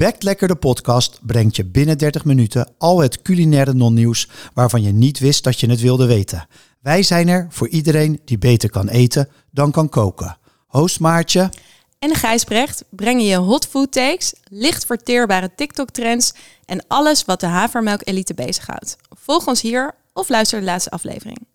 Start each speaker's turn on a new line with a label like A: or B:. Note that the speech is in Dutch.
A: Bekt Lekker de podcast brengt je binnen 30 minuten al het culinaire non-nieuws waarvan je niet wist dat je het wilde weten. Wij zijn er voor iedereen die beter kan eten dan kan koken. Host Maartje
B: en Gijsbrecht brengen je hot food takes, licht verteerbare TikTok-trends en alles wat de havermelk-elite bezighoudt. Volg ons hier of luister de laatste aflevering.